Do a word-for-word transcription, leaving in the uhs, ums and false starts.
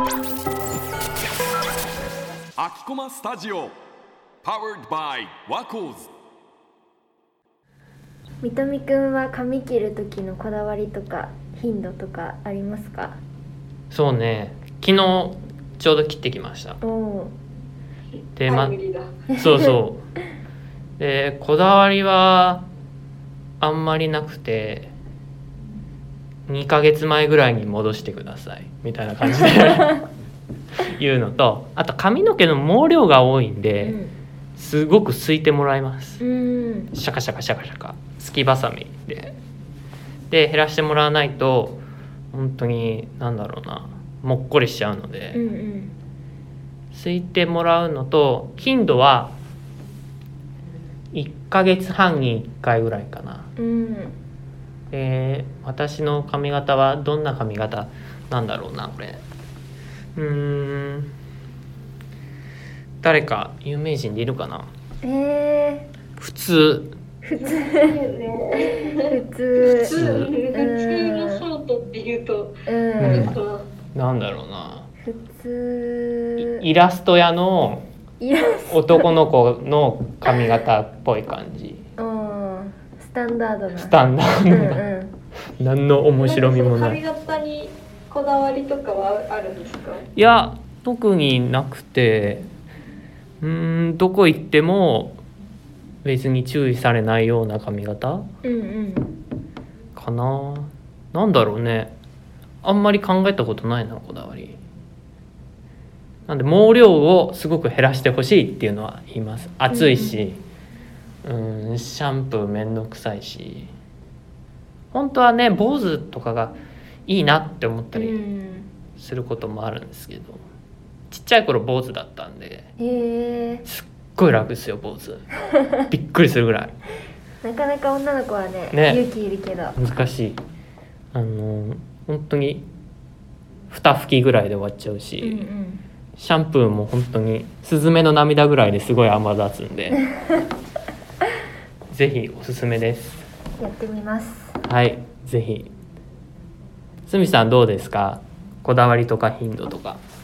アキコマスタジオ Powered by ワコーズ。 みとみくんは髪切る時のこだわりとか頻度とかありますか？ そうね、昨日ちょうど切ってきました。 おで、ま、そうそうで、こだわりはあんまりなくて、にかげつまえぐらいに戻してくださいみたいな感じで言うのと、あと髪の毛の毛量が多いんで、うん、すごくすいてもらいます。うんシャカシャカシャカシャカすきばさみでで減らしてもらわないと本当になんだろうな、もっこりしちゃうので、うんうん、すいてもらうのと、頻度はいっかげつはんにいっかいぐらいかな。うんで私の髪型はどんな髪型なんだろうな、これ。うーん誰か有名人でいるかな。えー、普通普通普通普通のショートっていうと、うん、 なんだろうな、 普通イラスト屋の男の子の髪型っぽい感じ。 スタンダードなスタンダードな、うんうん、何の面白みもない。 髪型にこだわりとかはあるんですか？ いや特になくて、うーんどこ行っても別に注意されないような髪型、うんうん、かな。なんだろうね、あんまり考えたことないな、こだわり。なんで毛量をすごく減らしてほしいっていうのは言います。暑いし、うん、うんシャンプーめんどくさいし、本当はね坊主とかがいいなって思ったりすることもあるんですけど、ちっちゃい頃坊主だったんで、へすっごい楽ですよ坊主びっくりするぐらいなかなか女の子は ね, ね勇気いるけど難しい。あの本当に二拭きぐらいで終わっちゃうし、うんうん、シャンプーも本当にスズメの涙ぐらいですごい泡立つんでぜひおすすめです。 やってみます。 はい、ぜひ。すみさんどうですか？こだわりとか頻度とか。